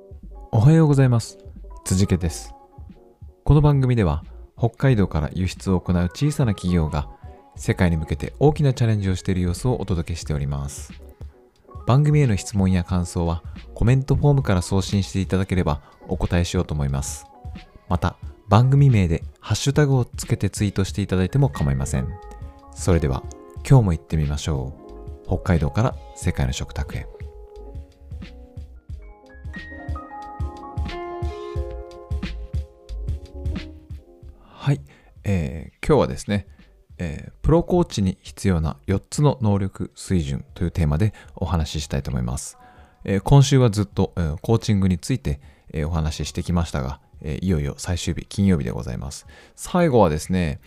おはようございます。辻家です。この番組では北海道から輸出を行う小さな企業が世界に向けて大きなチャレンジをしている様子をお届けしております。番組への質問や感想はコメントフォームから送信していただければお答えしようと思います。また番組名でハッシュタグをつけてツイートしていただいても構いません。それでは今日も行ってみましょう。北海道から世界の食卓へ。はい、今日はですね、プロコーチに必要な4つの能力水準というテーマでお話ししたいと思います。今週はずっと、コーチングについて、お話ししてきましたが、いよいよ最終日金曜日でございます。最後はですね、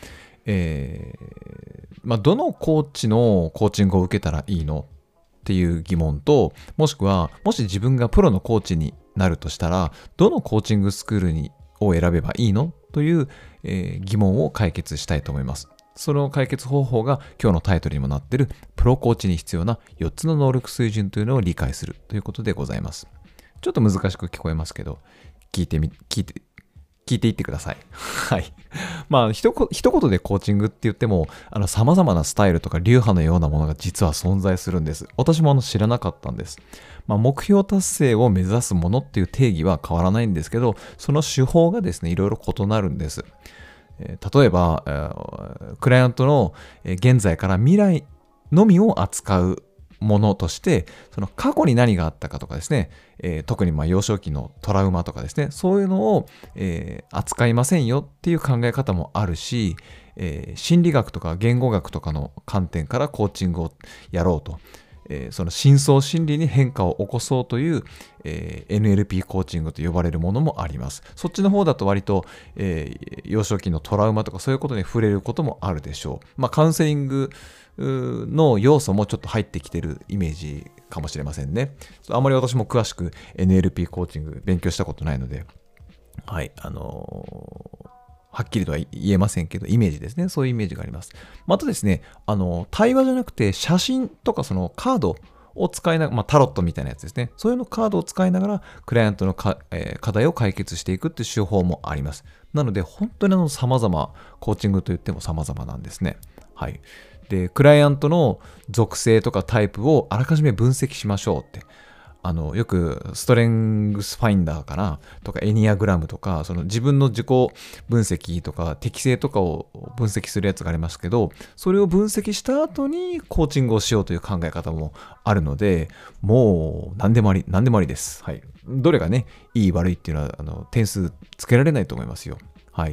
どのコーチのコーチングを受けたらいいのっていう疑問と、もしくはもし自分がプロのコーチになるとしたらどのコーチングスクールを選べばいいのという、疑問を解決したいと思います。その解決方法が今日のタイトルにもなっているプロコーチに必要な4つの能力水準というのを理解するということでございます。ちょっと難しく聞こえますけど、聞いていってください。はい。一言でコーチングって言っても、様々なスタイルとか流派のようなものが実は存在するんです。私も知らなかったんです。目標達成を目指すものっていう定義は変わらないんですけど、その手法がですね、いろいろ異なるんです。例えば、クライアントの現在から未来のみを扱うものとして、その過去に何があったかとかですね、特に幼少期のトラウマとかですね、そういうのを、扱いませんよっていう考え方もあるし、心理学とか言語学とかの観点からコーチングをやろうと。その深層心理に変化を起こそうという、NLP コーチングと呼ばれるものもあります。そっちの方だと割と、幼少期のトラウマとかそういうことに触れることもあるでしょう。カウンセリングの要素もちょっと入ってきてるイメージかもしれませんね。あまり私も詳しく NLP コーチング勉強したことないので、はい、はっきりとは言えませんけど、イメージですね。そういうイメージがあります。またですね、対話じゃなくて写真とかそのカードを使いながら、タロットみたいなやつですね。そういうのカードを使いながら、クライアントの課題を解決していくっていう手法もあります。なので、本当に様々、コーチングといっても様々なんですね。はい。で、クライアントの属性とかタイプをあらかじめ分析しましょうって。よくストレングスファインダーかなとかエニアグラムとか、その自分の自己分析とか適性とかを分析するやつがありますけど、それを分析した後にコーチングをしようという考え方もあるので、もう何でもありです。はい。どれがね、いい悪いっていうのは、点数つけられないと思いますよ。はい。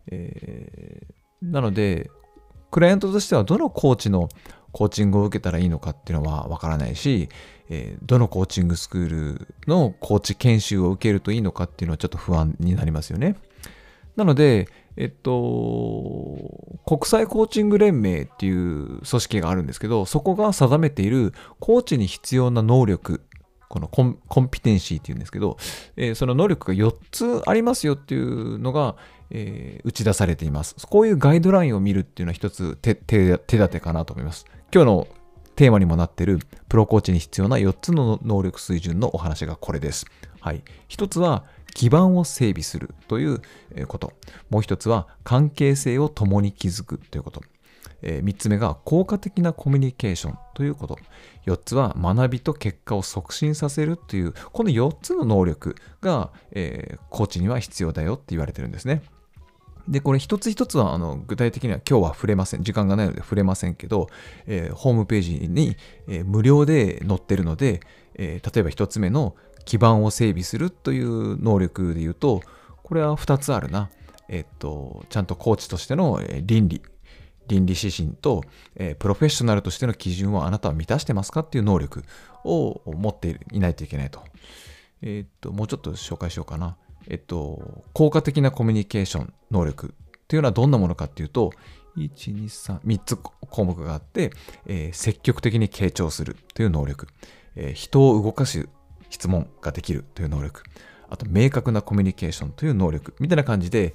なので、クライアントとしてはどのコーチのコーチングを受けたらいいのかっていうのはわからないし、どのコーチングスクールのコーチ研修を受けるといいのかっていうのはちょっと不安になりますよね。なので、国際コーチング連盟っていう組織があるんですけど、そこが定めているコーチに必要な能力、このコンピテンシーっていうんですけど、その能力が4つありますよっていうのが、打ち出されています。こういうガイドラインを見るっていうのは一つ手立てかなと思います。今日のテーマにもなっているプロコーチに必要な4つの能力水準のお話がこれです。はい。一つは基盤を整備するということ。もう一つは関係性を共に築くということ。3つ目が効果的なコミュニケーションということ。4つは学びと結果を促進させるという、この4つの能力が、コーチには必要だよって言われてるんですね。で、これ一つ一つは具体的には今日は触れません。時間がないので触れませんけど、ホームページに、無料で載ってるので、例えば一つ目の基盤を整備するという能力で言うと、これは2つあるな。ちゃんとコーチとしての倫理指針と、プロフェッショナルとしての基準をあなたは満たしてますかっていう能力を持っていないといけないと。もうちょっと紹介しようかな。効果的なコミュニケーション能力っていうのはどんなものかっていうと、1、2、3つ項目があって、積極的に傾聴するという能力、人を動かす質問ができるという能力、あと明確なコミュニケーションという能力みたいな感じで、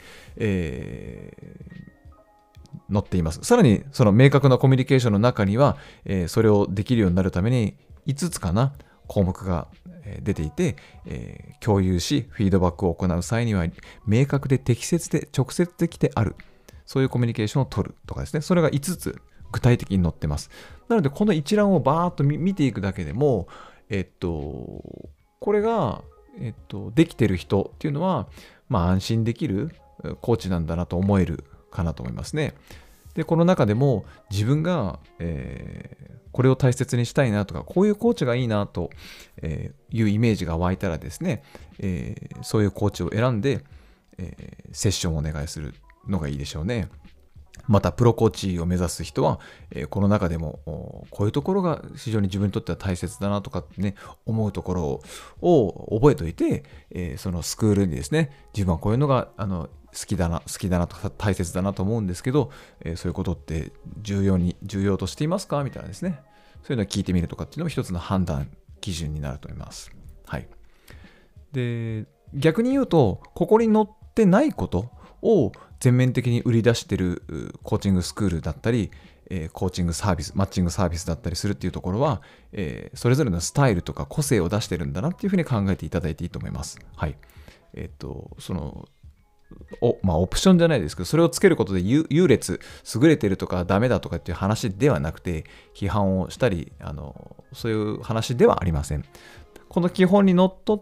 載っています。さらにその明確なコミュニケーションの中には、それをできるようになるために5つかな項目が出ていて、共有しフィードバックを行う際には明確で適切で直接的である、そういうコミュニケーションを取るとかですね、それが5つ具体的に載ってます。なのでこの一覧をバーッと見ていくだけでも、これが、できてる人っていうのは、安心できるコーチなんだなと思えるかなと思いますね。で、この中でも自分が、これを大切にしたいなとか、こういうコーチがいいなというイメージが湧いたらですね、そういうコーチを選んで、セッションをお願いするのがいいでしょうね。またプロコーチを目指す人は、この中でもこういうところが非常に自分にとっては大切だなとかってね、思うところを覚えておいて、そのスクールにですね、自分はこういうのが好きだなとか大切だなと思うんですけど、そういうことって重要としていますかみたいなですね、そういうのを聞いてみるとかっていうのも一つの判断基準になると思います。はい。で、逆に言うと、ここに載ってないことを全面的に売り出しているコーチングスクールだったり、コーチングサービス、マッチングサービスだったりするっていうところは、それぞれのスタイルとか個性を出してるんだなっていうふうに考えていただいていいと思います。はい。オプションじゃないですけど、それをつけることで優劣、優れてるとかダメだとかっていう話ではなくて、批判をしたり、そういう話ではありません。この基本にのっとって、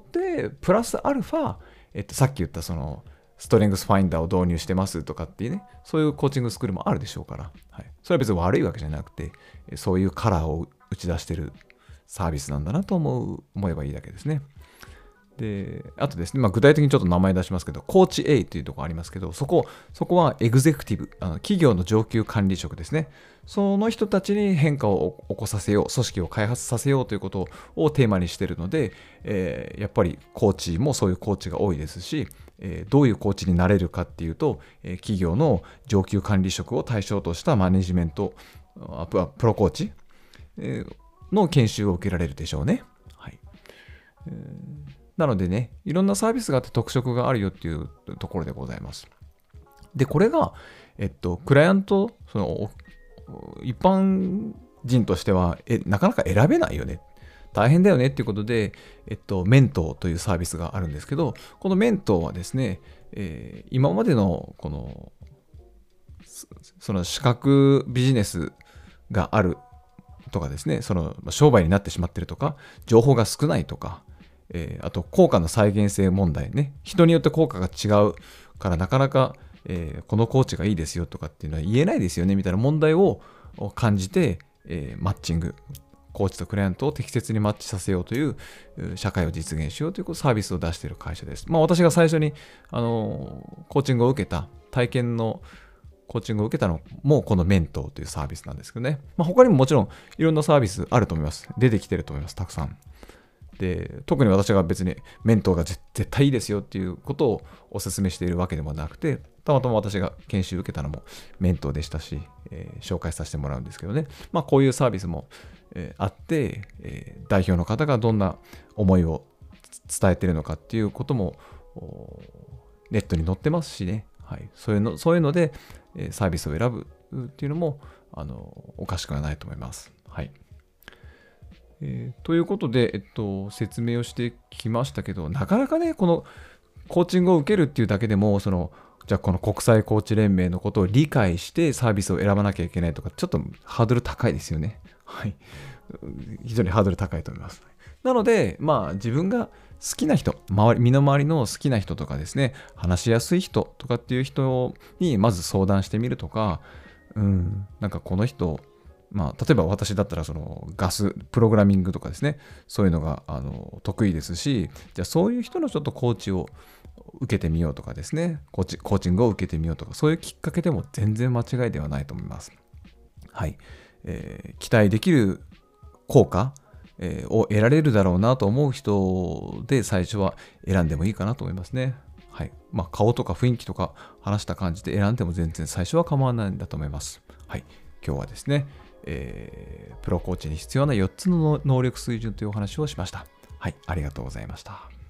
プラスアルファ、さっき言ったその、ストレングスファインダーを導入してますとかっていうね、そういうコーチングスクールもあるでしょうから、はい、それは別に悪いわけじゃなくて、そういうカラーを打ち出してるサービスなんだなと思えばいいだけですね。で、あとですね、具体的にちょっと名前出しますけど、コーチ A というところありますけど、そこはエグゼクティブ、企業の上級管理職ですね。その人たちに変化を起こさせよう、組織を開発させようということをテーマにしているので、やっぱりコーチもそういうコーチが多いですし、どういうコーチになれるかっていうと、企業の上級管理職を対象としたマネジメント、プロコーチの研修を受けられるでしょうね。はい。なのでね、いろんなサービスがあって特色があるよっていうところでございます。で、これが、クライアント、一般人としては、なかなか選べないよね。大変だよねっていうことで、メントーというサービスがあるんですけど、このメントーはですね、今までのその資格ビジネスがあるとかですね、その商売になってしまってるとか、情報が少ないとか、あと効果の再現性問題ね、人によって効果が違うからなかなか、このコーチがいいですよとかっていうのは言えないですよねみたいな問題を感じて、マッチング、コーチとクライアントを適切にマッチさせようという社会を実現しようというサービスを出している会社です。私が最初にコーチングを受けた体験のコーチングを受けたのもこのメントーというサービスなんですけどね。他にももちろんいろんなサービスあると思います。出てきてると思います。たくさん。で、特に私が別にメントーが絶対いいですよっていうことをお勧めしているわけでもなくて、たまたま私が研修受けたのもメントーでしたし、紹介させてもらうんですけどね。こういうサービスも、あって、代表の方がどんな思いを伝えているのかっていうこともネットに載ってますしね。はい、そういうのでサービスを選ぶっていうのもおかしくはないと思います。はい。ということで、説明をしてきましたけど、なかなかね、このコーチングを受けるっていうだけでも、じゃあこの国際コーチ連盟のことを理解してサービスを選ばなきゃいけないとか、ちょっとハードル高いですよね。はい。非常にハードル高いと思います。なので、自分が好きな人、身の回りの好きな人とかですね、話しやすい人とかっていう人にまず相談してみるとか、なんかこの人、例えば私だったらガスプログラミングとかですね、そういうのが得意ですし、じゃあそういう人のちょっとコーチを受けてみようとかですね、コーチングを受けてみようとか、そういうきっかけでも全然間違いではないと思います。はい。期待できる効果、を得られるだろうなと思う人で最初は選んでもいいかなと思いますね。はい。顔とか雰囲気とか話した感じで選んでも全然最初は構わないんだと思います。はい。今日はですね、プロコーチに必要な4つの能力水準というお話をしました。はい。ありがとうございました。